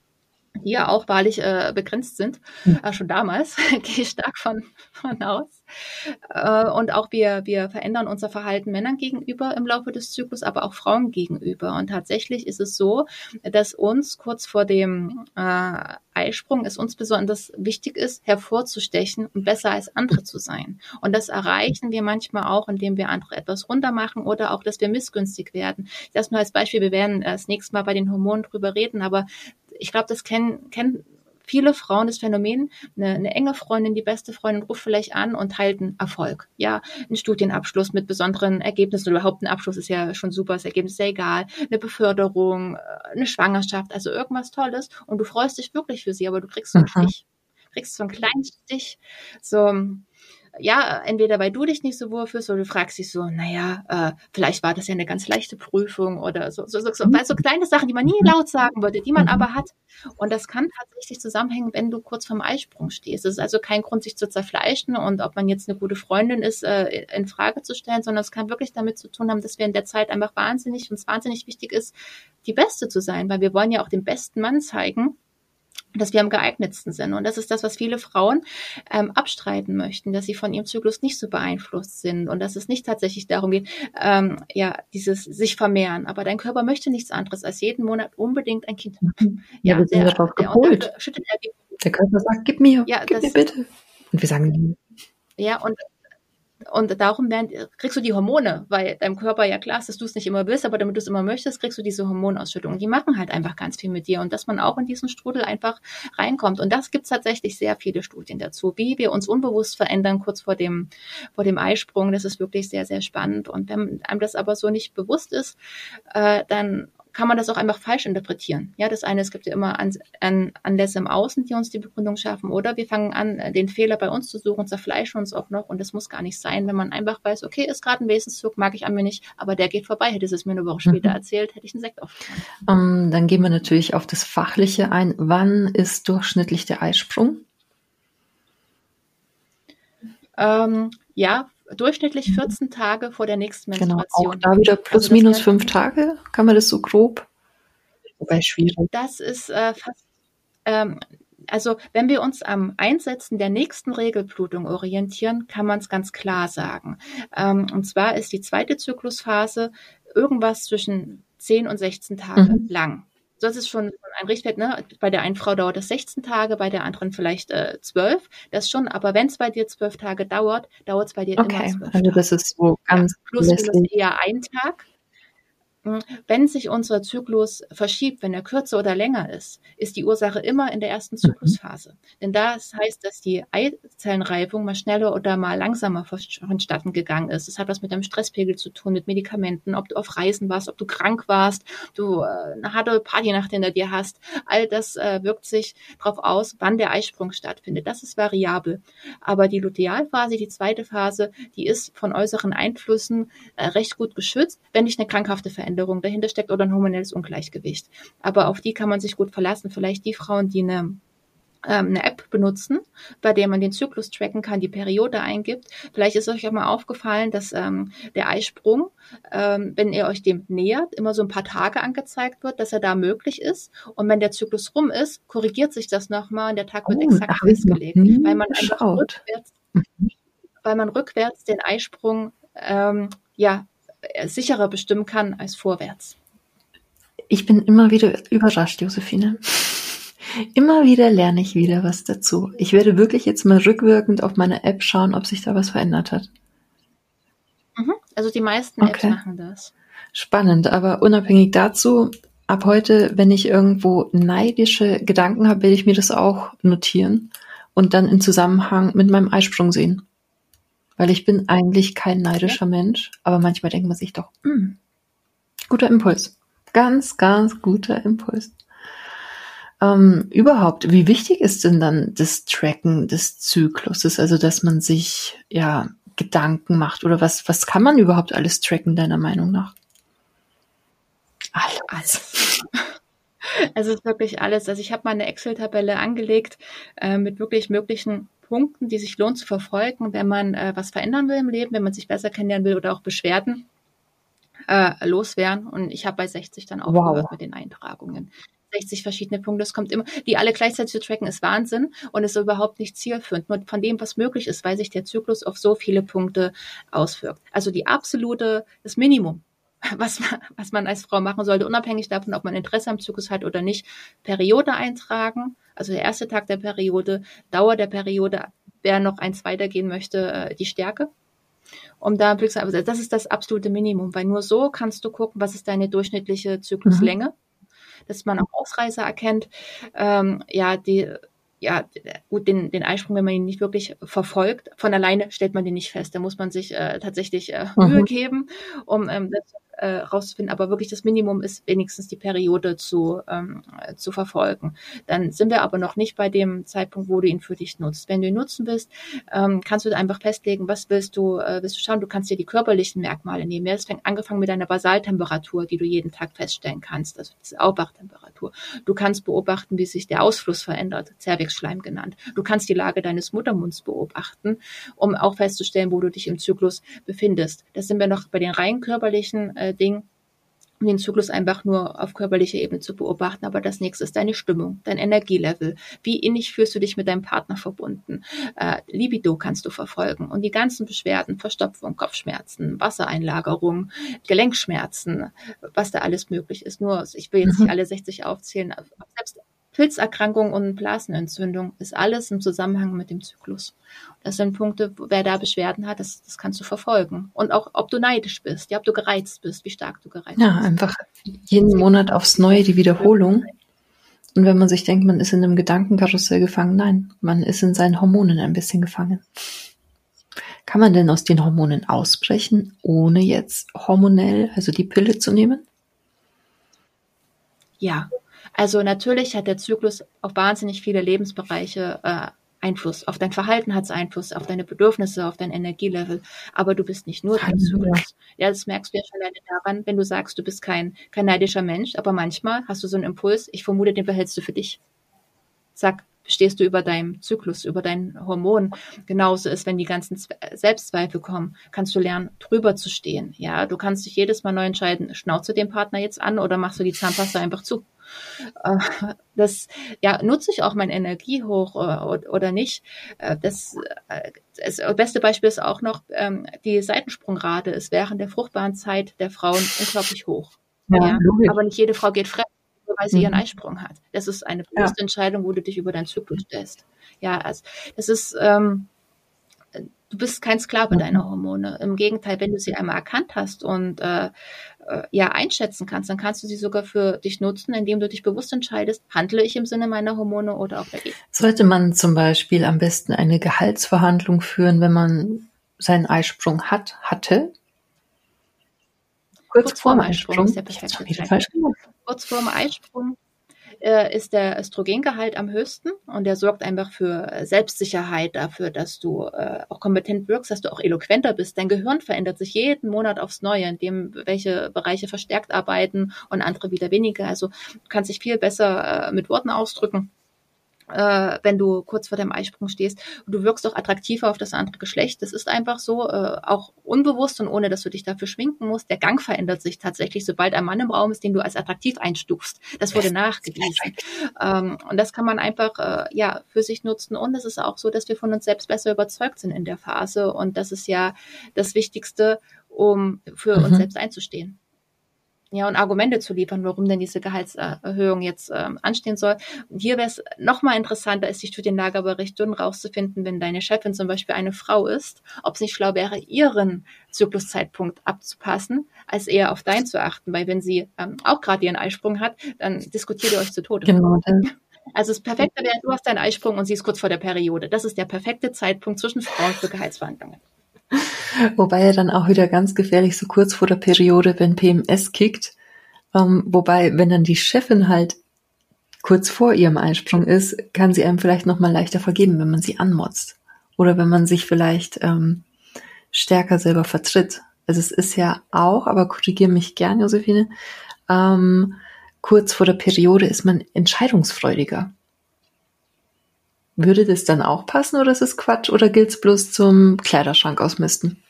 die ja auch wahrlich äh, begrenzt sind, äh, schon damals, gehe ich stark von, von aus. Äh, und auch wir, wir verändern unser Verhalten Männern gegenüber im Laufe des Zyklus, aber auch Frauen gegenüber. Und tatsächlich ist es so, dass uns kurz vor dem äh, Eisprung es uns besonders wichtig ist, hervorzustechen und besser als andere zu sein. Und das erreichen wir manchmal auch, indem wir andere etwas runter machen oder auch, dass wir missgünstig werden. Das nur als Beispiel, wir werden das nächste Mal bei den Hormonen drüber reden, aber ich glaube, das kennen, kennen viele Frauen, das Phänomen, eine, eine enge Freundin, die beste Freundin ruft vielleicht an und teilt einen Erfolg. Ja, einen Studienabschluss mit besonderen Ergebnissen oder überhaupt ein Abschluss ist ja schon super, das Ergebnis ist ja egal, eine Beförderung, eine Schwangerschaft, also irgendwas Tolles und du freust dich wirklich für sie, aber du kriegst so einen Stich, kriegst so einen kleinen Stich, so, ja, entweder weil du dich nicht so wohl fühlst oder du fragst dich so, naja, äh, vielleicht war das ja eine ganz leichte Prüfung oder so, so, so, so, weil so kleine Sachen, die man nie laut sagen würde, die man aber hat. Und das kann tatsächlich zusammenhängen, wenn du kurz vorm Eisprung stehst. Es ist also kein Grund, sich zu zerfleischen und ob man jetzt eine gute Freundin ist, äh, in Frage zu stellen, sondern es kann wirklich damit zu tun haben, dass wir in der Zeit einfach wahnsinnig, uns wahnsinnig wichtig ist, die Beste zu sein, weil wir wollen ja auch den besten Mann zeigen, dass wir am geeignetsten sind. Und das ist das, was viele Frauen ähm, abstreiten möchten, dass sie von ihrem Zyklus nicht so beeinflusst sind und dass es nicht tatsächlich darum geht, ähm, ja, dieses sich vermehren. Aber dein Körper möchte nichts anderes, als jeden Monat unbedingt ein Kind. Ja, wir sind der, darauf der, gepolt. Der, schüttet er die, der Körper sagt, gib mir, ja, gib das, mir bitte. Und wir sagen, ja, und Und darum werden, kriegst du die Hormone, weil deinem Körper ja klar ist, dass du es nicht immer willst, aber damit du es immer möchtest, kriegst du diese Hormonausschüttung. Die machen halt einfach ganz viel mit dir und dass man auch in diesen Strudel einfach reinkommt. Und das gibt es tatsächlich sehr viele Studien dazu, wie wir uns unbewusst verändern kurz vor dem, vor dem Eisprung. Das ist wirklich sehr, sehr spannend. Und wenn einem das aber so nicht bewusst ist, äh, dann kann man das auch einfach falsch interpretieren. Ja, das eine, es gibt ja immer an, an, Anlässe im Außen, die uns die Begründung schaffen, oder wir fangen an, den Fehler bei uns zu suchen, zerfleischen uns auch noch, und das muss gar nicht sein, wenn man einfach weiß, okay, ist gerade ein Wesenszug, mag ich an mir nicht, aber der geht vorbei. Hätte es mir eine Woche später mhm. erzählt, hätte ich einen Sekt aufgetragen. Um, dann gehen wir natürlich auf das Fachliche ein. Wann ist durchschnittlich der Eisprung? Ähm, ja, durchschnittlich vierzehn Tage vor der nächsten Menstruation. Genau, auch da wieder plus also minus fünf Tage, kann man das so grob? Wobei schwierig. Das ist äh, fast, ähm, also wenn wir uns am Einsetzen der nächsten Regelblutung orientieren, kann man es ganz klar sagen. Ähm, und zwar ist die zweite Zyklusphase irgendwas zwischen zehn und sechzehn Tage mhm. lang. Das ist schon ein Richtwert, ne? Bei der einen Frau dauert das sechzehn Tage, bei der anderen vielleicht äh, zwölf. Das schon, aber wenn es bei dir zwölf Tage dauert, dauert es bei dir okay. immer zwölf Tage. Also das ist so ganz ja, plus minus eher ein Tag. Wenn sich unser Zyklus verschiebt, wenn er kürzer oder länger ist, ist die Ursache immer in der ersten Zyklusphase. Mhm. Denn das heißt, dass die Eizellenreifung mal schneller oder mal langsamer vonstatten gegangen ist. Das hat was mit deinem Stresspegel zu tun, mit Medikamenten, ob du auf Reisen warst, ob du krank warst, du äh, eine harte Partynacht hinter dir hast. All das äh, wirkt sich darauf aus, wann der Eisprung stattfindet. Das ist variabel. Aber die Lutealphase, die zweite Phase, die ist von äußeren Einflüssen äh, recht gut geschützt, wenn nicht eine krankhafte Veränderung dahinter steckt oder ein hormonelles Ungleichgewicht. Aber auf die kann man sich gut verlassen. Vielleicht die Frauen, die eine, ähm, eine App benutzen, bei der man den Zyklus tracken kann, die Periode eingibt. Vielleicht ist euch auch mal aufgefallen, dass ähm, der Eisprung, ähm, wenn ihr euch dem nähert, immer so ein paar Tage angezeigt wird, dass er da möglich ist. Und wenn der Zyklus rum ist, korrigiert sich das nochmal und der Tag wird oh, exakt festgelegt. Weil man einfach rückwärts, weil man rückwärts den Eisprung ähm, ja sicherer bestimmen kann als vorwärts. Ich bin immer wieder überrascht, Josephine. Immer wieder lerne ich wieder was dazu. Ich werde wirklich jetzt mal rückwirkend auf meine App schauen, ob sich da was verändert hat. Mhm. Also die meisten okay. Apps machen das. Spannend, aber unabhängig dazu, ab heute, wenn ich irgendwo neidische Gedanken habe, werde ich mir das auch notieren und dann in Zusammenhang mit meinem Eisprung sehen. Weil ich bin eigentlich kein neidischer ja. Mensch, aber manchmal denkt man sich doch, mh, guter Impuls. Ganz, ganz guter Impuls. Ähm, überhaupt, wie wichtig ist denn dann das Tracken des Zykluses? Also, dass man sich ja Gedanken macht oder was, was kann man überhaupt alles tracken, deiner Meinung nach? Alles. alles. Also es ist wirklich alles. Also ich habe mal eine Excel-Tabelle angelegt äh, mit wirklich möglichen Punkten, die sich lohnt zu verfolgen, wenn man äh, was verändern will im Leben, wenn man sich besser kennenlernen will oder auch Beschwerden äh, loswerden. Und ich habe bei sechzig dann aufgehört wow. mit den Eintragungen. sechzig verschiedene Punkte, es kommt immer, die alle gleichzeitig zu tracken, ist Wahnsinn und ist überhaupt nicht zielführend. Nur von dem, was möglich ist, weil sich der Zyklus auf so viele Punkte auswirkt. Also die absolute, das Minimum, was man, was man als Frau machen sollte, unabhängig davon, ob man Interesse am Zyklus hat oder nicht, Periode eintragen, also der erste Tag der Periode, Dauer der Periode, wer noch eins weitergehen möchte, die Stärke. Um da, das ist das absolute Minimum, weil nur so kannst du gucken, was ist deine durchschnittliche Zykluslänge, mhm. dass man auch Ausreißer erkennt, ähm, ja, die, ja, gut, den, den Eisprung, wenn man ihn nicht wirklich verfolgt, von alleine stellt man den nicht fest. Da muss man sich äh, tatsächlich äh, mhm. Mühe geben, um ähm, das äh, rauszufinden. Aber wirklich das Minimum ist wenigstens die Periode zu, ähm, zu verfolgen. Dann sind wir aber noch nicht bei dem Zeitpunkt, wo du ihn für dich nutzt. Wenn du ihn nutzen willst, ähm, kannst du einfach festlegen, was willst du, äh, willst du schauen. Du kannst dir die körperlichen Merkmale nehmen. Ja, das fängt angefangen mit deiner Basaltemperatur, die du jeden Tag feststellen kannst, also diese Aufwachtemperatur. Du kannst beobachten, wie sich der Ausfluss verändert, Zervixschleim genannt. Du kannst die Lage deines Muttermunds beobachten, um auch festzustellen, wo du dich im Zyklus befindest. Das sind wir noch bei den rein körperlichen äh, Dingen, um den Zyklus einfach nur auf körperlicher Ebene zu beobachten. Aber das nächste ist deine Stimmung, dein Energielevel. Wie innig fühlst du dich mit deinem Partner verbunden? Äh, Libido kannst du verfolgen. Und die ganzen Beschwerden, Verstopfung, Kopfschmerzen, Wassereinlagerung, Gelenkschmerzen, was da alles möglich ist. Nur, ich will jetzt nicht alle sechzig aufzählen. Selbst Pilzerkrankung und Blasenentzündung ist alles im Zusammenhang mit dem Zyklus. Das sind Punkte, wer da Beschwerden hat, das, das kannst du verfolgen. Und auch, ob du neidisch bist, ja, ob du gereizt bist, wie stark du gereizt ja, bist. Ja, einfach jeden Monat aufs Neue die Wiederholung. Und wenn man sich denkt, man ist in einem Gedankenkarussell gefangen, nein, man ist in seinen Hormonen ein bisschen gefangen. Kann man denn aus den Hormonen ausbrechen, ohne jetzt hormonell, also die Pille zu nehmen? Ja, also natürlich hat der Zyklus auf wahnsinnig viele Lebensbereiche äh, Einfluss. Auf dein Verhalten hat es Einfluss, auf deine Bedürfnisse, auf dein Energielevel. Aber du bist nicht nur dein Halleluja. Zyklus. Ja, das merkst du ja schon alleine daran, wenn du sagst, du bist kein, kein neidischer Mensch, aber manchmal hast du so einen Impuls, ich vermute, den behältst du für dich. Zack, stehst du über deinem Zyklus, über deinen Hormonen. Genauso ist, wenn die ganzen Zwe- Selbstzweifel kommen, kannst du lernen, drüber zu stehen. Ja, du kannst dich jedes Mal neu entscheiden, schnauze den Partner jetzt an oder machst du die Zahnpasta einfach zu. Äh, Das, ja, nutze ich auch meine Energie hoch äh, oder nicht? Äh, Das, äh, das beste Beispiel ist auch noch, ähm, die Seitensprungrate ist während der fruchtbaren Zeit der Frauen unglaublich hoch. Ja, Ja, logisch. aber nicht jede Frau geht fremd, nur weil sie ihren Mhm. Eisprung hat. Das ist eine Ja. bewusste Entscheidung, wo du dich über deinen Zyklus stellst. Ja, also das ist, ähm, du bist kein Sklave Mhm. deiner Hormone. Im Gegenteil, wenn du sie einmal erkannt hast und äh, äh, ja einschätzen kannst, dann kannst du sie sogar für dich nutzen, indem du dich bewusst entscheidest, handle ich im Sinne meiner Hormone oder auch dagegen. Sollte man zum Beispiel am besten eine Gehaltsverhandlung führen, wenn man seinen Eisprung hat, hatte? Kurz Kurz vorm vorm Eisprung ist Eisprung? der Ich hab's perfekte schon wieder Zeitpunkt. falsch gemacht. Kurz vorm Eisprung äh, ist der Östrogengehalt am höchsten und der sorgt einfach für Selbstsicherheit, dafür, dass du äh, auch kompetent wirkst, dass du auch eloquenter bist. Dein Gehirn verändert sich jeden Monat aufs Neue, in dem welche Bereiche verstärkt arbeiten und andere wieder weniger. Also du kannst dich viel besser äh, mit Worten ausdrücken, äh, wenn du kurz vor dem Eisprung stehst. Und du wirkst auch attraktiver auf das andere Geschlecht. Das ist einfach so, äh, auch unbewusst und ohne, dass du dich dafür schminken musst. Der Gang verändert sich tatsächlich, sobald ein Mann im Raum ist, den du als attraktiv einstufst. Das wurde nachgewiesen. Ähm, und das kann man einfach äh, ja für sich nutzen. Und es ist auch so, dass wir von uns selbst besser überzeugt sind in der Phase. Und das ist ja das Wichtigste, um für uns Mhm. selbst einzustehen. Ja, und Argumente zu liefern, warum denn diese Gehaltserhöhung jetzt ähm, anstehen soll. Und hier wäre es nochmal interessanter, ist die Studienlagerbericht rauszufinden, wenn deine Chefin zum Beispiel eine Frau ist, ob es nicht schlau wäre, ihren Zykluszeitpunkt abzupassen, als eher auf deinen zu achten. Weil wenn sie ähm, auch gerade ihren Eisprung hat, dann diskutiert ihr euch zu Tode. Genau. Das. Also das Perfekte wäre, du hast deinen Eisprung und sie ist kurz vor der Periode. Das ist der perfekte Zeitpunkt zwischen Frauen für Gehaltsverhandlungen. Wobei ja dann auch wieder ganz gefährlich, so kurz vor der Periode, wenn P M S kickt. Ähm, wobei, wenn dann die Chefin halt kurz vor ihrem Eisprung ist, kann sie einem vielleicht noch mal leichter vergeben, wenn man sie anmotzt. Oder wenn man sich vielleicht ähm, stärker selber vertritt. Also es ist ja auch, aber korrigiere mich gern, Josephine, ähm, kurz vor der Periode ist man entscheidungsfreudiger. Würde das dann auch passen oder ist es Quatsch oder gilt es bloß zum Kleiderschrank ausmisten?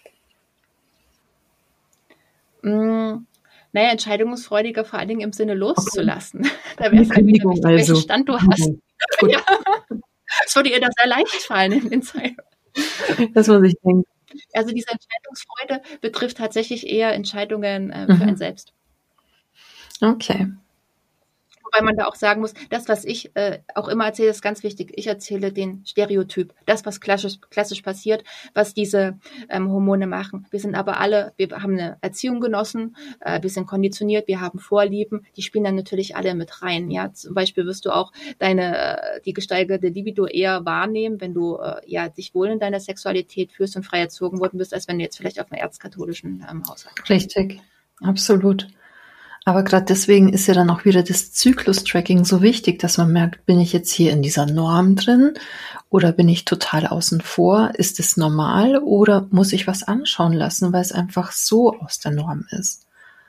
Mm, naja, entscheidungsfreudiger vor allen Dingen im Sinne loszulassen. Okay. Da wäre es halt wieder wichtig, also. welchen Stand du hast. Gut. Ja. Es würde ihr da sehr leicht fallen in den Zeilen. Das muss ich denken. Also diese Entscheidungsfreude betrifft tatsächlich eher Entscheidungen äh, für Mhm. einen selbst. Okay. Wobei man da auch sagen muss, das, was ich äh, auch immer erzähle, ist ganz wichtig. Ich erzähle den Stereotyp, das, was klassisch, klassisch passiert, was diese ähm, Hormone machen. Wir sind aber alle, wir haben eine Erziehung genossen, äh, wir sind konditioniert, wir haben Vorlieben, die spielen dann natürlich alle mit rein. Ja, zum Beispiel wirst du auch deine, äh, die gesteigerte Libido eher wahrnehmen, wenn du äh, ja dich wohl in deiner Sexualität fühlst und frei erzogen worden bist, als wenn du jetzt vielleicht auf einer erzkatholischen ähm, Haushalt bist. Richtig, absolut. Aber gerade deswegen ist ja dann auch wieder das Zyklus-Tracking so wichtig, dass man merkt, bin ich jetzt hier in dieser Norm drin oder bin ich total außen vor? Ist es normal oder muss ich was anschauen lassen, weil es einfach so aus der Norm ist?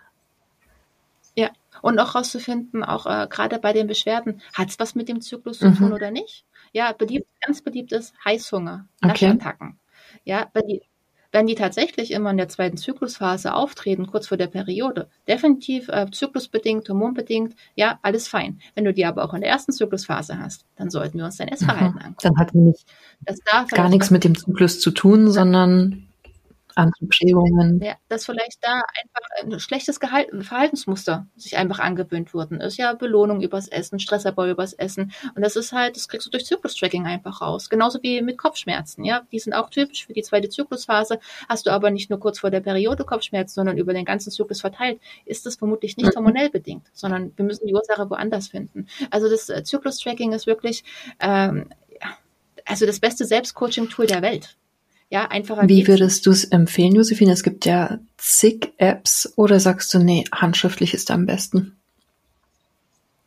Ja, und auch rauszufinden, auch äh, gerade bei den Beschwerden, hat es was mit dem Zyklus zu Mhm. tun oder nicht? Ja, beliebt, ganz beliebt ist Heißhunger, Okay. Naschattacken. Ja, wenn die, wenn die tatsächlich immer in der zweiten Zyklusphase auftreten, kurz vor der Periode, definitiv äh, zyklusbedingt, hormonbedingt, ja, alles fein. Wenn du die aber auch in der ersten Zyklusphase hast, dann sollten wir uns dein Essverhalten Mhm. angucken. Dann hat nämlich Das da gar nichts mit dem Zyklus zu tun, sondern andere Prägungen. Ja, dass vielleicht da einfach ein schlechtes Gehalt, Verhaltensmuster sich einfach angewöhnt worden ist. Ja, Belohnung übers Essen, Stressabbau übers Essen. Und das ist halt, das kriegst du durch Zyklus-Tracking einfach raus. Genauso wie mit Kopfschmerzen. Ja, die sind auch typisch für die zweite Zyklusphase. Hast du aber nicht nur kurz vor der Periode Kopfschmerzen, sondern über den ganzen Zyklus verteilt, ist das vermutlich nicht hormonell bedingt, sondern wir müssen die Ursache woanders finden. Also das äh, Zyklus-Tracking ist wirklich, ähm, also das beste Selbstcoaching-Tool der Welt. Ja, einfacher Wie geht's würdest du es empfehlen, Josephine? Es gibt ja zig Apps oder sagst du, nee, handschriftlich ist am besten?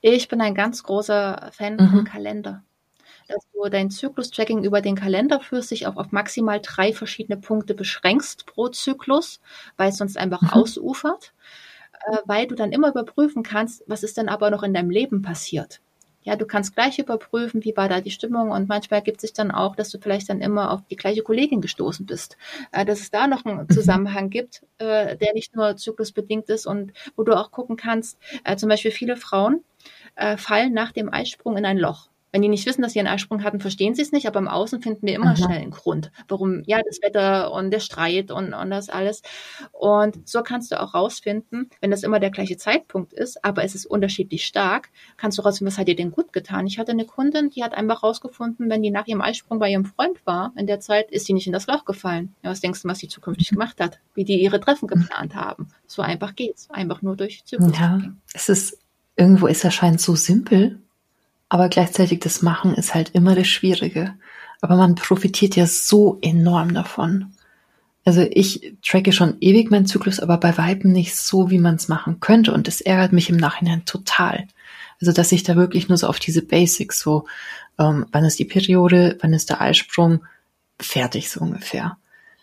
Ich bin ein ganz großer Fan Mhm. vom Kalender. Dass du dein Zyklus-Tracking über den Kalender führst, dich auch auf maximal drei verschiedene Punkte beschränkst pro Zyklus, weil es sonst einfach Mhm. ausufert, äh, weil du dann immer überprüfen kannst, was ist denn aber noch in deinem Leben passiert. Ja, du kannst gleich überprüfen, wie war da die Stimmung, und manchmal ergibt sich dann auch, dass du vielleicht dann immer auf die gleiche Kollegin gestoßen bist, äh, dass es da noch einen Mhm. Zusammenhang gibt, äh, der nicht nur zyklusbedingt ist und wo du auch gucken kannst, äh, zum Beispiel viele Frauen äh, fallen nach dem Eisprung in ein Loch. Wenn die nicht wissen, dass sie einen Eisprung hatten, verstehen sie es nicht, aber im Außen finden wir immer Mhm. schnell einen Grund, warum, ja, das Wetter und der Streit und, und das alles. Und so kannst du auch rausfinden, wenn das immer der gleiche Zeitpunkt ist, aber es ist unterschiedlich stark, kannst du rausfinden, was hat dir denn gut getan. Ich hatte eine Kundin, die hat einfach rausgefunden, wenn die nach ihrem Eisprung bei ihrem Freund war, in der Zeit ist sie nicht in das Loch gefallen. Ja, was denkst du, was sie zukünftig gemacht hat? Wie die ihre Treffen geplant haben. So einfach geht's. Einfach nur durch Zyklus-Tracking. Ja, es ist, irgendwo, es erscheint so simpel, aber gleichzeitig das Machen ist halt immer das Schwierige. Aber man profitiert ja so enorm davon. Also ich tracke schon ewig meinen Zyklus, aber bei Weitem nicht so, wie man es machen könnte. Und das ärgert mich im Nachhinein total. Also dass ich da wirklich nur so auf diese Basics, so ähm, wann ist die Periode, wann ist der Eisprung, fertig so ungefähr.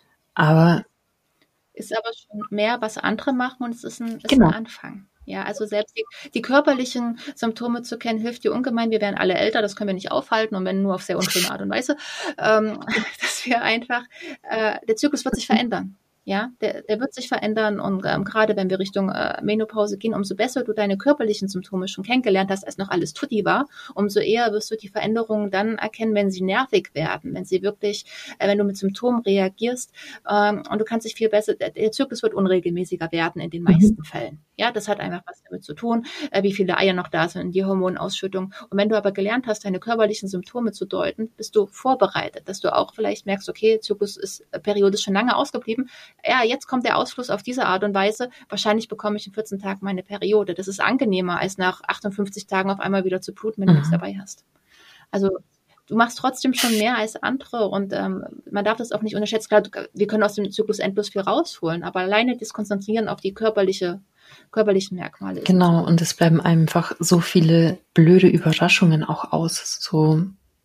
Aber Ist aber schon mehr, was andere machen, und es ist ein, ist genau. ein Anfang. Ja, also selbst die, die körperlichen Symptome zu kennen, hilft dir ungemein. Wir werden alle älter, das können wir nicht aufhalten, und wenn nur auf sehr unschöne Art und Weise, ähm, dass wir einfach, äh, der Zyklus wird sich verändern. Ja, der, der wird sich verändern, und ähm, gerade wenn wir Richtung äh, Menopause gehen, umso besser du deine körperlichen Symptome schon kennengelernt hast, als noch alles tutti war, umso eher wirst du die Veränderungen dann erkennen, wenn sie nervig werden, wenn sie wirklich, äh, wenn du mit Symptomen reagierst, ähm, und du kannst dich viel besser, der, der Zyklus wird unregelmäßiger werden in den meisten Mhm. Fällen. Ja, das hat einfach was damit zu tun, äh, wie viele Eier noch da sind, die Hormonausschüttung. Und wenn du aber gelernt hast, deine körperlichen Symptome zu deuten, bist du vorbereitet, dass du auch vielleicht merkst, okay, Zyklus ist, äh, Periode ist schon lange ausgeblieben. Ja, jetzt kommt der Ausfluss auf diese Art und Weise. Wahrscheinlich bekomme ich in vierzehn Tagen meine Periode. Das ist angenehmer, als nach achtundfünfzig Tagen auf einmal wieder zu bluten, wenn du nichts Mhm. dabei hast. Also du machst trotzdem schon mehr als andere, und ähm, man darf das auch nicht unterschätzen. Klar, du- wir können aus dem Zyklus endlos viel rausholen, aber alleine das Konzentrieren auf die körperliche, körperlichen Merkmale ist Genau, super. und es bleiben einfach so viele blöde Überraschungen auch aus, so,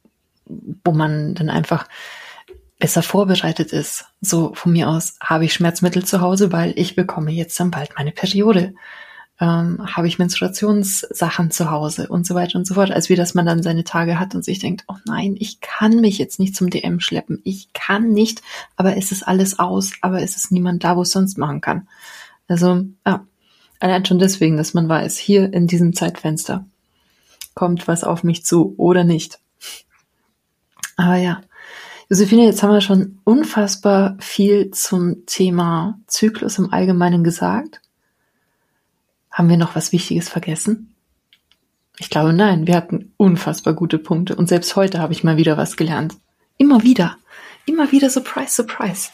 wo man dann einfach besser vorbereitet ist. So von mir aus, habe ich Schmerzmittel zu Hause, weil ich bekomme jetzt dann bald meine Periode. Ähm, habe ich Menstruationssachen zu Hause und so weiter und so fort, als wie dass man dann seine Tage hat und sich denkt, oh nein, ich kann mich jetzt nicht zum D M schleppen, ich kann nicht, aber es ist alles aus, aber es ist niemand da, wo es sonst machen kann. Also, ja, allein schon deswegen, dass man weiß, hier in diesem Zeitfenster kommt was auf mich zu oder nicht. Aber ja, Josephine, jetzt haben wir schon unfassbar viel zum Thema Zyklus im Allgemeinen gesagt. Haben wir noch was Wichtiges vergessen? Ich glaube, nein. Wir hatten unfassbar gute Punkte. Und selbst heute habe ich mal wieder was gelernt. Immer wieder. Immer wieder Surprise, Surprise.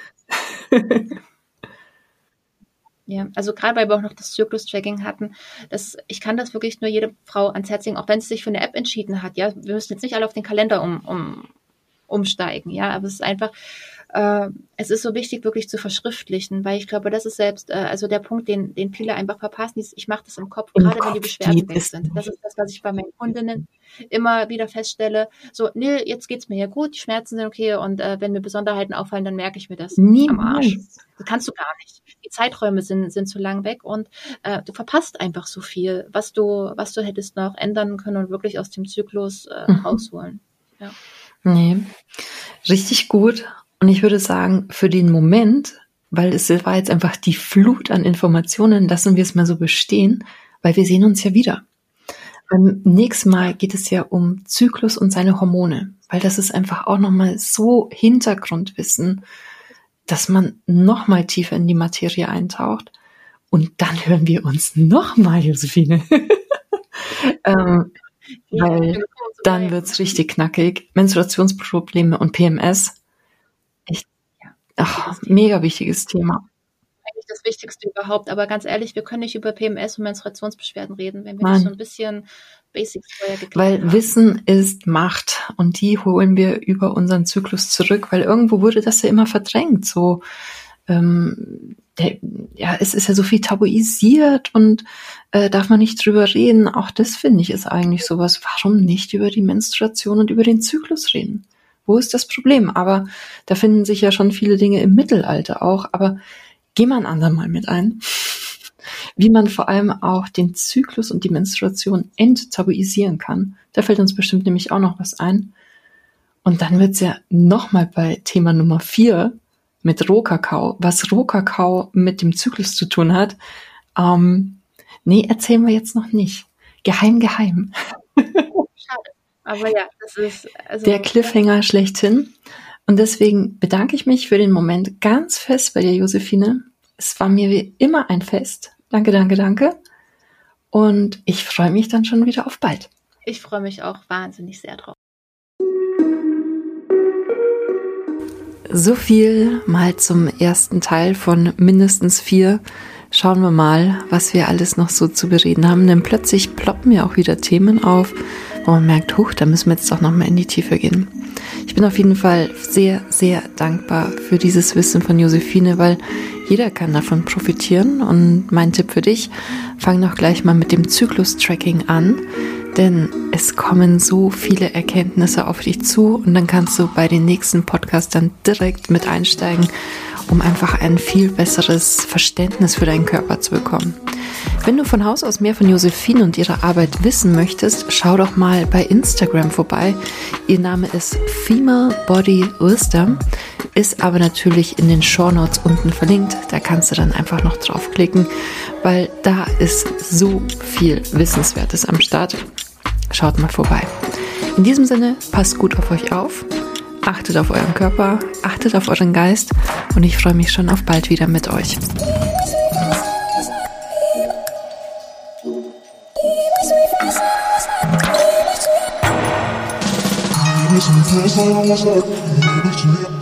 Ja, also gerade weil wir auch noch das Zyklus-Tracking hatten, das, ich kann das wirklich nur jede Frau ans Herz legen, auch wenn sie sich für eine App entschieden hat. Ja, wir müssen jetzt nicht alle auf den Kalender um, um, umsteigen. Ja, aber es ist einfach, äh, es ist so wichtig, wirklich zu verschriftlichen, weil ich glaube, das ist selbst, äh, also der Punkt, den, den viele einfach verpassen, ist, ich mache das im Kopf, Im gerade wenn die Kopf Beschwerden geht weg es sind. Das nicht. ist das, was ich bei meinen Kundinnen immer wieder feststelle. So, nee, jetzt geht's mir ja gut, die Schmerzen sind okay, und äh, wenn mir Besonderheiten auffallen, dann merke ich mir das am Arsch. Niemals. Das kannst du gar nicht. Die Zeiträume sind, sind zu lang weg, und äh, du verpasst einfach so viel, was du, was du hättest noch ändern können und wirklich aus dem Zyklus äh, Mhm. rausholen. Ja. Nee, richtig gut. Und ich würde sagen, für den Moment, weil es war jetzt einfach die Flut an Informationen, lassen wir es mal so bestehen, weil wir sehen uns ja wieder. Beim nächsten Mal geht es ja um Zyklus und seine Hormone, weil das ist einfach auch nochmal so Hintergrundwissen, dass man nochmal tiefer in die Materie eintaucht. Und dann hören wir uns nochmal, Josephine. ähm, weil dann wird's richtig knackig. Menstruationsprobleme und P M S. Echt, Ja, ach, wichtiges Thema. mega wichtiges Thema. Eigentlich das Wichtigste überhaupt, aber ganz ehrlich, wir können nicht über P M S und Menstruationsbeschwerden reden, wenn wir Nein. nicht so ein bisschen Basics vorher geklärt Weil haben. Wissen ist Macht und die holen wir über unseren Zyklus zurück, weil irgendwo wurde das ja immer verdrängt. So, ähm, der, ja, es ist ja so viel tabuisiert und äh, darf man nicht drüber reden. Auch das finde ich ist eigentlich sowas. Warum nicht über die Menstruation und über den Zyklus reden? Wo ist das Problem? Aber da finden sich ja schon viele Dinge im Mittelalter auch. Aber gehen wir ein andermal mit ein. Wie man vor allem auch den Zyklus und die Menstruation enttabuisieren kann. Da fällt uns bestimmt nämlich auch noch was ein. Und dann wird's ja nochmal bei Thema Nummer vier mit Rohkakao, was Rohkakao mit dem Zyklus zu tun hat. Ähm, nee, erzählen wir jetzt noch nicht. Geheim, geheim. Schade. Aber ja, das ist... Also, der Cliffhanger schlechthin. Und deswegen bedanke ich mich für den Moment ganz fest bei dir, Josephine. Es war mir wie immer ein Fest. Danke, danke, danke. Und ich freue mich dann schon wieder auf bald. Ich freue mich auch wahnsinnig sehr drauf. So viel mal zum ersten Teil von mindestens vier. Schauen wir mal, was wir alles noch so zu bereden haben. Denn plötzlich ploppen ja auch wieder Themen auf, wo man merkt, huch, da müssen wir jetzt doch noch mal in die Tiefe gehen. Ich bin auf jeden Fall sehr, sehr dankbar für dieses Wissen von Josephine, weil jeder kann davon profitieren. Und mein Tipp für dich, fang doch gleich mal mit dem Zyklus-Tracking an. Denn es kommen so viele Erkenntnisse auf dich zu und dann kannst du bei den nächsten Podcasts dann direkt mit einsteigen, um einfach ein viel besseres Verständnis für deinen Körper zu bekommen. Wenn du von Haus aus mehr von Josephine und ihrer Arbeit wissen möchtest, schau doch mal bei Instagram vorbei. Ihr Name ist Female Body Wisdom, ist aber natürlich in den Shownotes unten verlinkt. Da kannst du dann einfach noch draufklicken, weil da ist so viel Wissenswertes am Start. Schaut mal vorbei. In diesem Sinne, passt gut auf euch auf, achtet auf euren Körper, achtet auf euren Geist und ich freue mich schon auf bald wieder mit euch. Listen to this, I was like,